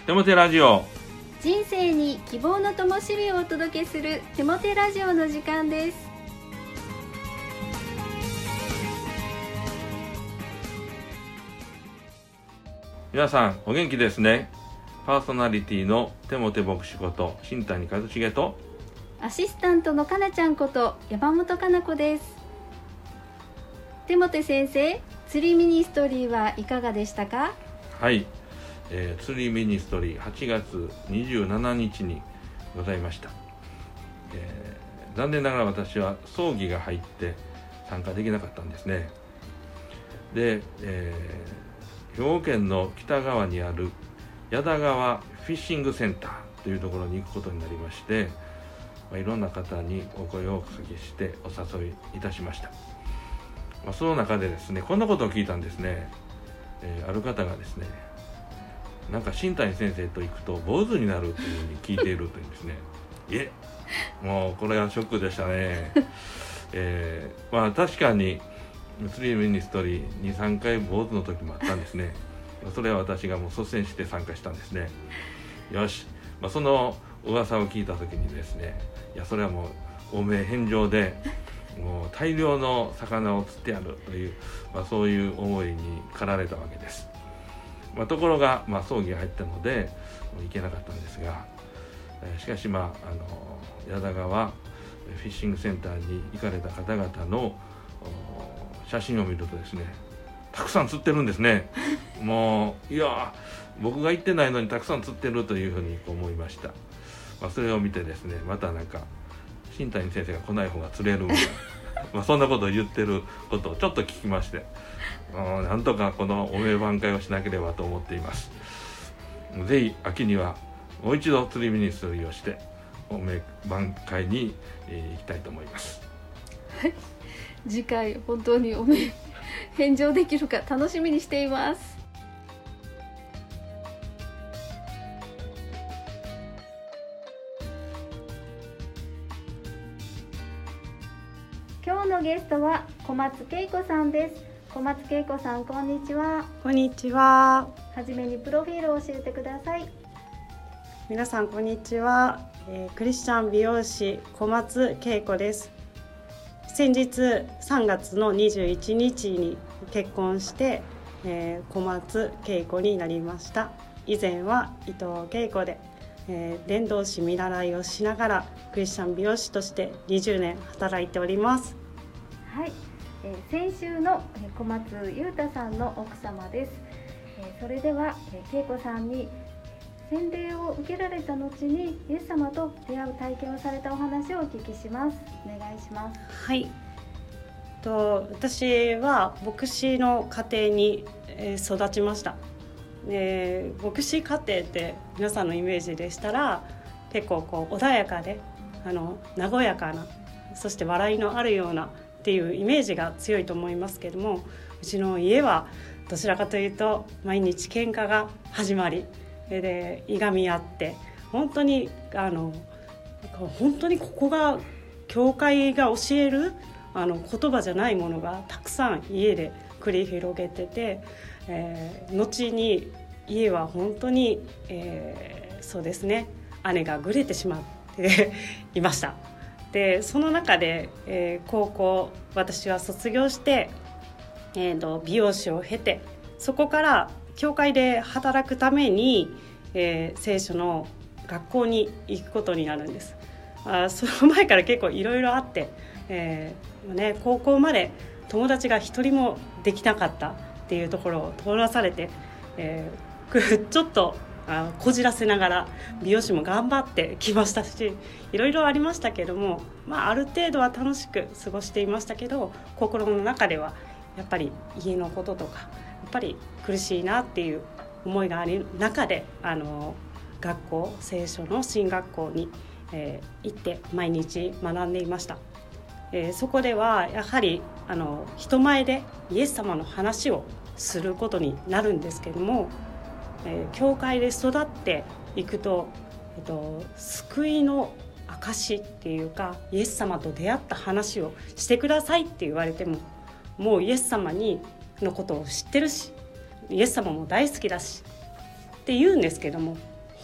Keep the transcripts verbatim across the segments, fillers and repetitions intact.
テモテラジオ、 人生に希望の灯火をお届けするテモテラジオの時間です。 皆さんお元気ですね。パーソナリティのテモテ牧師こと新谷和重と、 アシスタントのかなちゃんこと山本かな子です。テモテ先生、釣りミニストリーはいかがでしたか？ はい、えー、釣りミニストリーはちがつにじゅうしちにちにございました。えー、残念ながら私は葬儀が入って参加できなかったんですね。で、えー、兵庫県の北側にある矢田川フィッシングセンターというところに行くことになりまして、まあ、いろんな方にお声をおかけしてお誘いいたしました。まあ、その中でですね、こんなことを聞いたんですね。えー、ある方がですね、なんか新谷先生と行くと坊主になるというふうに聞いているというんですね。いえ、もうこれはショックでしたね。えー、まあ確かに釣りミニストリーに、さんかい坊主の時もあったんですね。それは私がもう率先して参加したんですね。よし、まあ、その噂を聞いた時にですね、いやそれはもう汚名返上でもう大量の魚を釣ってやるという、まあ、そういう思いに駆られたわけです。まあ、ところが、まあ、葬儀が入ったので行けなかったんですが、えー、しかし、まあ、あの矢田川フィッシングセンターに行かれた方々の写真を見るとですね、たくさん釣ってるんですね。もういや僕が行ってないのにたくさん釣ってるというふうに思いました。まあ、それを見てですね、またなんか新谷先生が来ない方が釣れるまあそんなことを言ってることをちょっと聞きまして、うん、なんとかこのお名挽回をしなければと思っています。ぜひ秋にはもう一度釣りミニストリーをしてお名挽回に、えー、行きたいと思います。 はい、次回本当にお名返上できるか楽しみにしています。今日のゲストは小松恵子さんです。小松恵子さん、こんにちは。 こんにちは。 はじめにプロフィールを教えてください。 皆さんこんにちは、えー、クリスチャン美容師小松恵子です。先日さんがつのにじゅういちにちに結婚して、えー、小松恵子になりました。以前は伊藤恵子で、えー、伝道師見習いをしながらクリスチャン美容師としてにじゅうねん働いております。 はい、えー、先週の小松優太さんの奥様です。えー、それでは、えー、恵子さんに洗礼を受けられた後にイエス様と出会う体験をされたお話をお聞きします。お願いします。 はい、と私は牧師の家庭に育ちました。で、牧師家庭って皆さんのイメージでしたら結構こう穏やかであの和やかな、そして笑いのあるようなっていうイメージが強いと思いますけども、うちの家はどちらかというと毎日喧嘩が始まりでいがみ合って、本当にあの本当にここが教会が教えるあの言葉じゃないものがたくさん家で繰り広げてて、えー、後に家は本当に、えー、そうですね、姉がぐれてしまっていました。でその中で、えー、高校私は卒業して、えー、と美容師を経て、そこから教会で働くために、えー、聖書の学校に行くことになるんです。あその前から結構いろいろあって、えーね、高校まで友達が一人もできなかったっていうところを通らされて、えー、ちょっとあこじらせながら美容師も頑張ってきましたし、いろいろありましたけども、まあ、ある程度は楽しく過ごしていましたけど、心の中ではやっぱり家のこととかやっぱり苦しいなっていう思いがある中で、あの学校聖書の進学校に、えー、行って毎日学んでいました。えー、そこではやはりあの人前でイエス様の話をすることになるんですけども、えー、教会で育っていくと、えっと、救いの証っていうかイエス様と出会った話をしてくださいって言われても、もうイエス様にのことを知ってるし、イエス様も大好きだしって言うんですけども、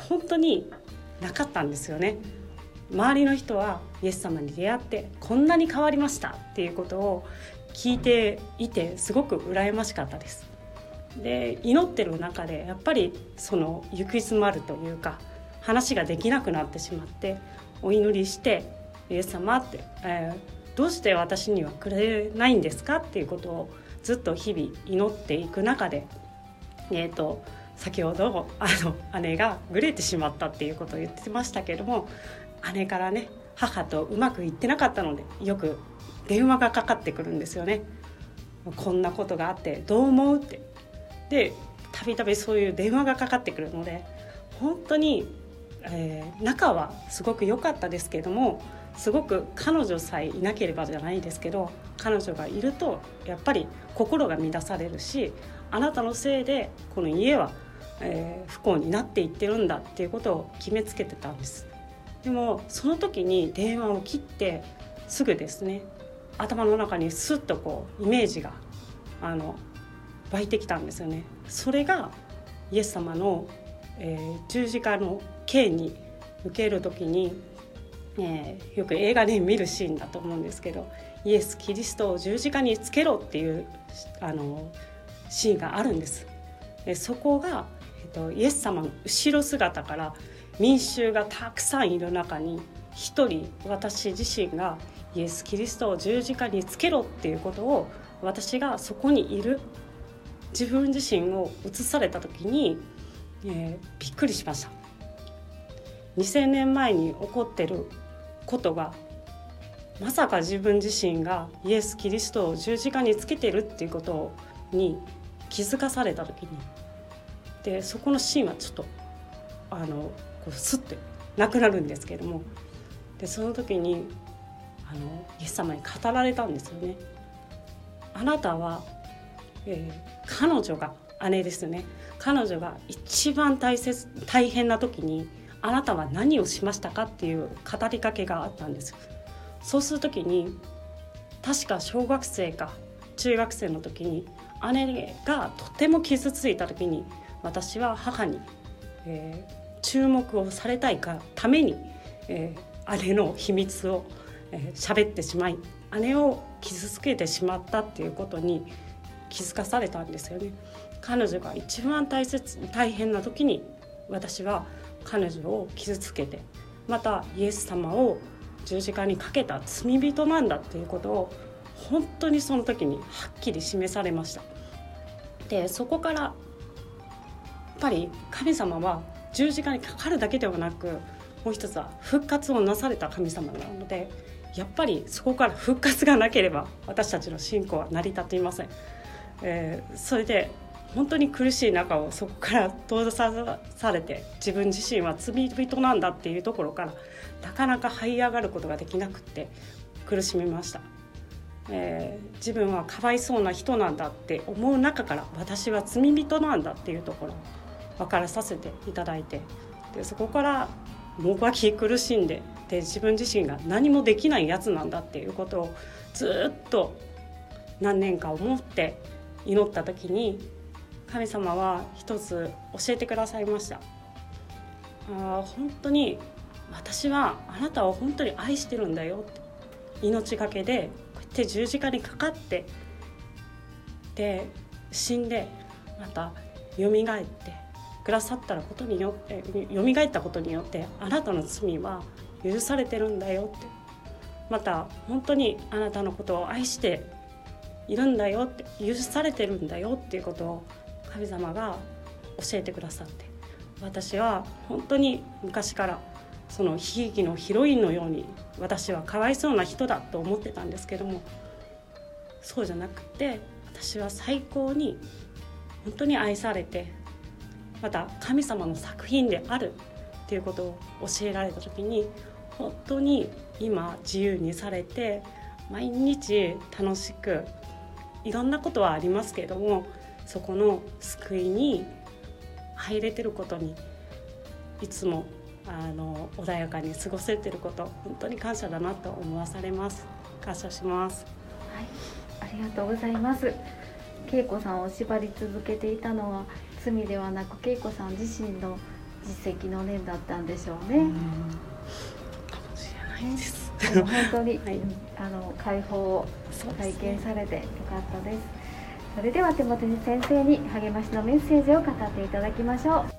本当になかったんですよね。周りの人はイエス様に出会ってこんなに変わりましたっていうことを聞いていて、すごく羨ましかったです。で、祈ってる中でやっぱりその行き詰まるというか、話ができなくなってしまって、お祈りしてイエス様って、えー、どうして私にはくれないんですかっていうことをずっと日々祈っていく中で、えーと先ほどあの姉がグレてしまったっていうことを言ってましたけども、姉からね、母とうまくいってなかったのでよく電話がかかってくるんですよね。こんなことがあってどう思うって。で、たびたびそういう電話がかかってくるので、本当に、えー、仲はすごく良かったですけども、すごく彼女さえいなければじゃないですけど、彼女がいるとやっぱり心が乱されるし、あなたのせいでこの家は、えー、不幸になっていってるんだっていうことを決めつけてたんです。でもその時に電話を切ってすぐですね、頭の中にスッとこうイメージがあの湧いてきたんですよね。それがイエス様の、えー、十字架の刑に受ける時に、えー、よく映画で見るシーンだと思うんですけど、イエス・キリストを十字架につけろっていうあのシーンがあるんです。でそこが、えっと、イエス様の後ろ姿から民衆がたくさんいる中に一人、私自身がイエス・キリストを十字架につけろっていうことを、私がそこにいる自分自身を映された時に、えー、びっくりしました。にせんねんまえに起こってることが、まさか自分自身がイエス・キリストを十字架につけてるっていうことに気づかされた時に、でそこのシーンはちょっとあのこうスッてなくなるんですけども、でその時にあのイエス様に語られたんですよね。あなたは、えー、彼女が姉ですよね。彼女が一番大切大変な時にあなたは何をしましたかっていう語りかけがあったんですよ。そうする時に、確か小学生か中学生の時に姉がとても傷ついた時に、私は母に、えー、注目をされたいがために、えー、姉の秘密を喋、えー、ってしまい、姉を傷つけてしまったっていうことに気づかされたんですよね。彼女が一番大切大変な時に、私は彼女を傷つけて、またイエス様を十字架にかけた罪人なんだっていうことを本当にその時にはっきり示されました。でそこからやっぱり神様は十字架にかかるだけではなく、もう一つは復活をなされた神様なので、やっぱりそこから復活がなければ私たちの信仰は成り立っていません。えー、それで本当に苦しい中をそこから閉ざされて、自分自身は罪人なんだっていうところからなかなか這い上がることができなくって苦しみました。えー、自分はかわいそうな人なんだって思う中から、私は罪人なんだっていうところを分からさせていただいて、でそこからもがき苦しんで、で自分自身が何もできないやつなんだっていうことをずっと何年か思って祈った時に、神様は一つ教えてくださいました。あ本当に私はあなたを本当に愛してるんだよって、命がけでこうやって十字架にかかって、で死んでまたよみがえってくださったことによってよみがえったことによって、あなたの罪は許されてるんだよって、また本当にあなたのことを愛しているんだよって、許されてるんだよっていうことを神様が教えてくださって、私は本当に昔からその悲劇のヒロインのように、私はかわいそうな人だと思ってたんですけども、そうじゃなくて、私は最高に本当に愛されて、また神様の作品であるっていうことを教えられた時に、本当に今自由にされて、毎日楽しく、いろんなことはありますけれども、そこの救いに入れてることにいつもあの穏やかに過ごせてること、本当に感謝だなと思わされます。感謝します。 はい、ありがとうございます。恵子さんを縛り続けていたのは罪ではなく、恵子さん自身の実績の念だったんでしょうね。 うん、かもしれないです。 でも本当に、 はい、 あの解放を体験されてよかったです。それではテモテ先生に励ましのメッセージを語っていただきましょう。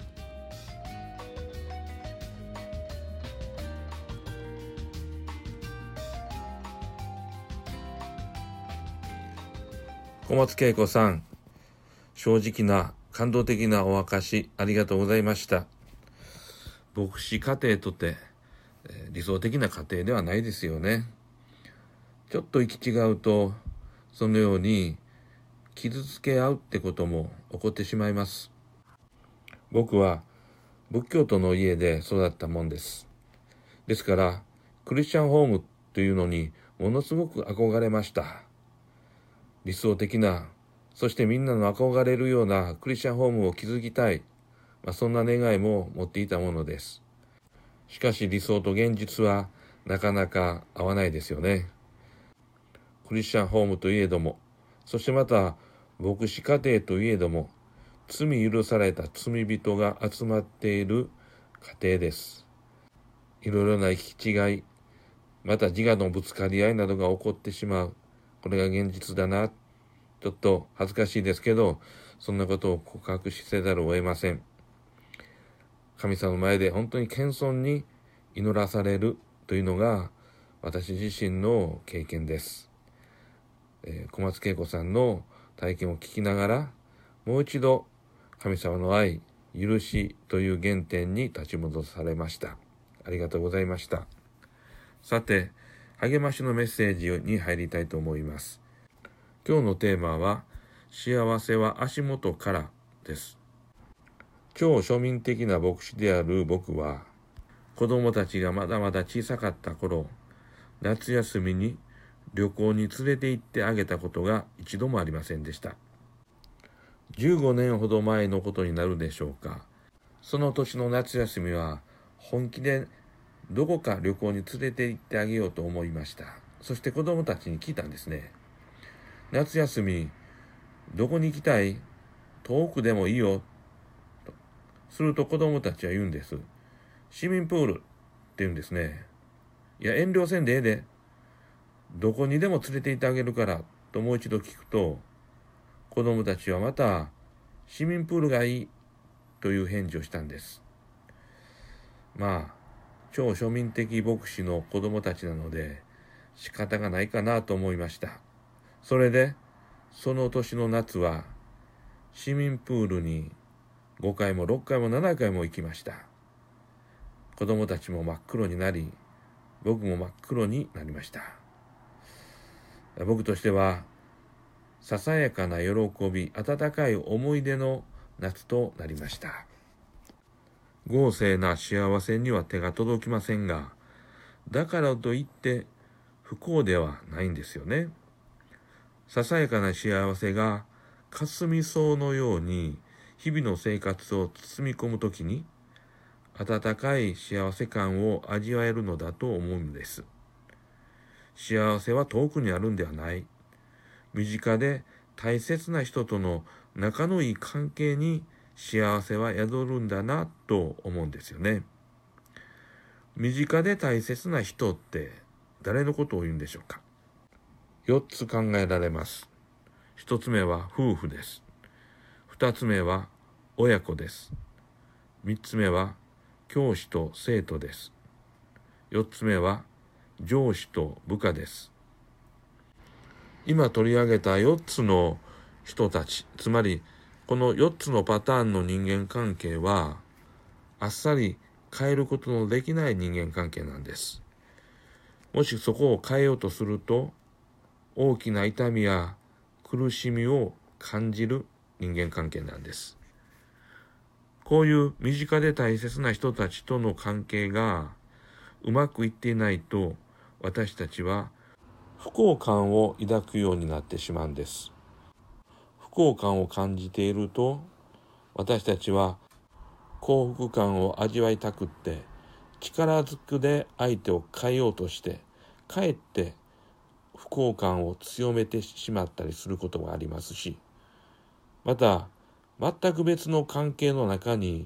小松恵子さん、正直な感動的なお明かしありがとうございました。牧師家庭とて、えー、理想的な家庭ではないですよね。ちょっと行き違うとそのように傷つけ合うってことも起こってしまいます。僕は仏教徒の家で育ったもんです。ですからクリスチャンホームというのにものすごく憧れました。理想的な、そしてみんなの憧れるようなクリスチャンホームを築きたい、まあ、そんな願いも持っていたものです。しかし理想と現実はなかなか合わないですよね。クリスチャンホームといえども、そしてまた牧師家庭といえども、罪許された罪人が集まっている家庭です。いろいろな行き違い、また自我のぶつかり合いなどが起こってしまう。これが現実だな。ちょっと恥ずかしいですけど、そんなことを告白せざるを得ません。神様の前で本当に謙遜に祈らされるというのが私自身の経験です。えー、小松恵子さんの体験を聞きながら、もう一度神様の愛、許しという原点に立ち戻されました。ありがとうございました。さて、励ましのメッセージに入りたいと思います。今日のテーマは、幸せは足元からです。超庶民的な牧師である僕は、子供たちがまだまだ小さかった頃、夏休みに旅行に連れて行ってあげたことが一度もありませんでした。じゅうごねんほど前のことになるでしょうか。その年の夏休みは本気でどこか旅行に連れて行ってあげようと思いました。そして子供たちに聞いたんですね。夏休み、どこに行きたい？遠くでもいいよ。とすると子供たちは言うんです。市民プールって言うんですね。いや、遠慮せんでええで。どこにでも連れて行ってあげるからともう一度聞くと、子供たちはまた市民プールがいいという返事をしたんです。まあ、超庶民的牧師の子供たちなので仕方がないかなと思いました。それで、その年の夏は市民プールにごかいもろっかいもななかいも行きました。子供たちも真っ黒になり、僕も真っ黒になりました。僕としては、ささやかな喜び、温かい思い出の夏となりました。豪勢な幸せには手が届きませんが、だからといって不幸ではないんですよね。ささやかな幸せが霞草のように日々の生活を包み込むときに、温かい幸せ感を味わえるのだと思うんです。幸せは遠くにあるんではない。身近で大切な人との仲のいい関係に幸せは宿るんだなと思うんですよね。身近で大切な人って誰のことを言うんでしょうか。よっつ考えられます。一つ目は夫婦です。二つ目は親子です。三つ目は教師と生徒です。四つ目は上司と部下です。今取り上げたよっつの人たち、つまりこのよっつのパターンの人間関係はあっさり変えることのできない人間関係なんです。もしそこを変えようとすると、大きな痛みや苦しみを感じる人間関係なんです。こういう身近で大切な人たちとの関係がうまくいっていないと、私たちは不幸感を抱くようになってしまうんです。不幸感を感じていると、私たちは幸福感を味わいたくって、力ずくで相手を変えようとして、かえって不幸感を強めてしまったりすることがありますし、また全く別の関係の中に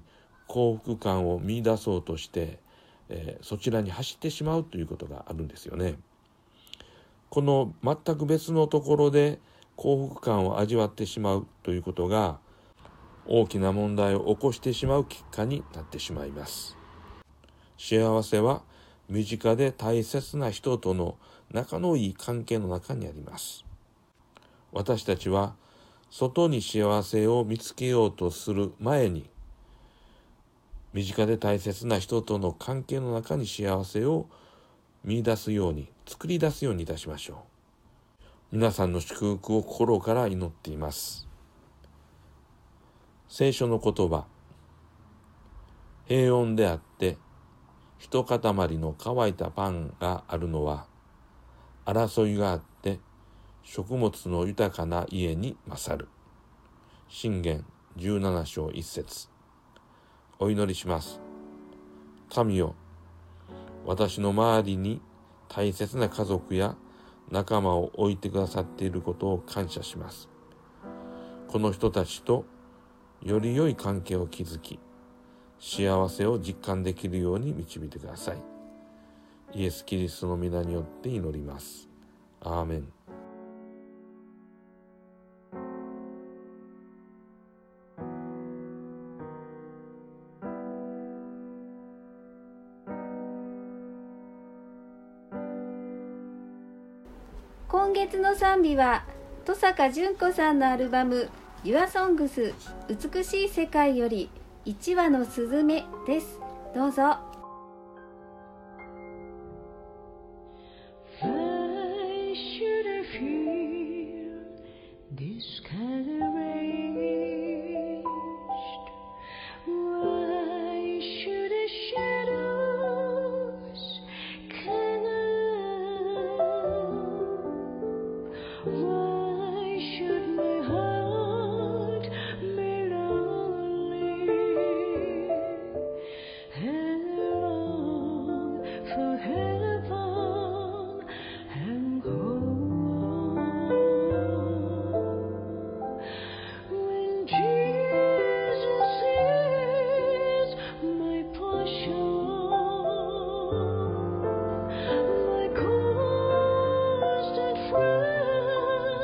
幸福感を見出そうとして、えー、そちらに走ってしまうということがあるんですよね。この全く別のところで幸福感を味わってしまうということが大きな問題を起こしてしまう結果になってしまいます。幸せは身近で大切な人との仲のいい関係の中にあります。私たちは外に幸せを見つけようとする前に、身近で大切な人との関係の中に幸せを見出すように、作り出すようにいたしましょう。皆さんの祝福を心から祈っています。聖書の言葉、平穏であって一塊の乾いたパンがあるのは、争いがあって食物の豊かな家に勝る。箴言じゅうなな章一節。お祈りします。神よ、私の周りに大切な家族や仲間を置いてくださっていることを感謝します。この人たちとより良い関係を築き、幸せを実感できるように導いてください。イエス・キリストの皆によって祈ります。アーメン。 今月の賛美は登坂淳子さんのアルバム「Your Songs 美しい世界」よりいちわのすずめです。どうぞ。 My constant friend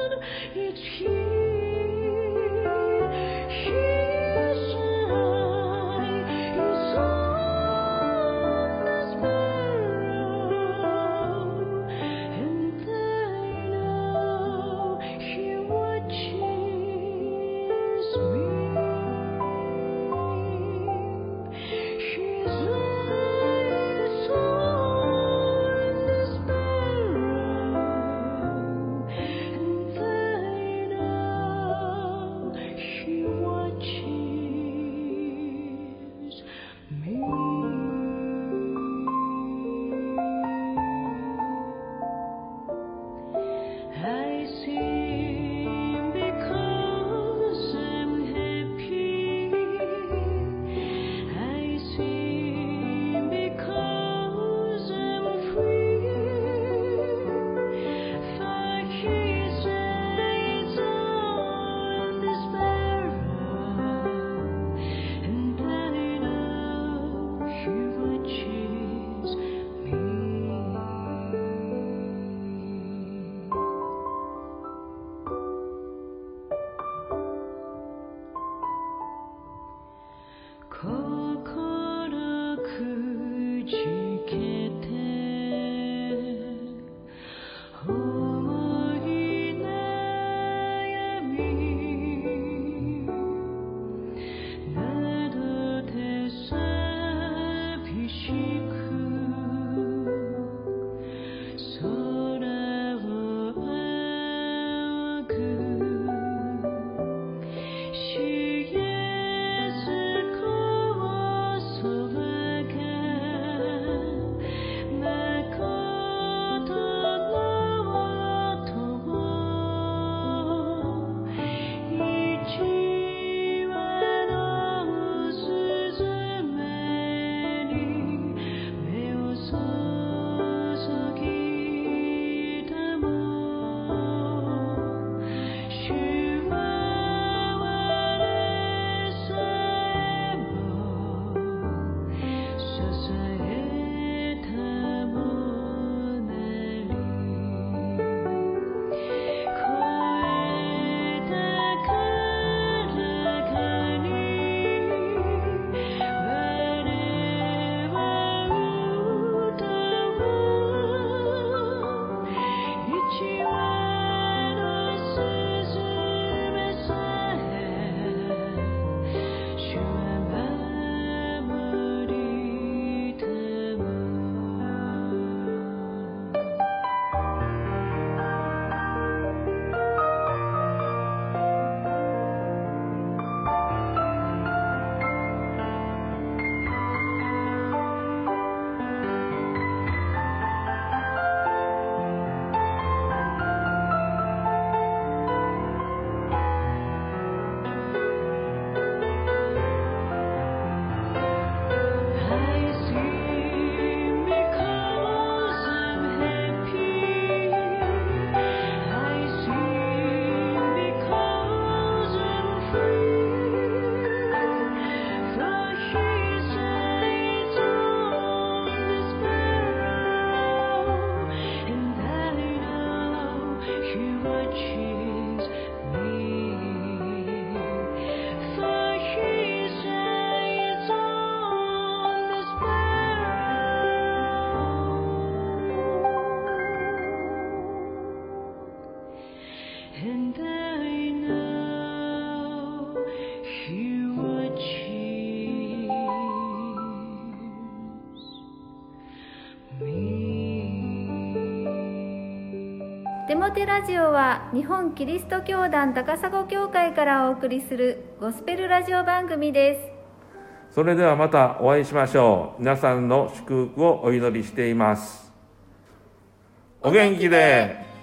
デモテラジオは日本キリスト教団高砂教会からお送りするゴスペルラジオ番組です。 それではまたお会いしましょう。皆さんの祝福をお祈りしています。お元気で。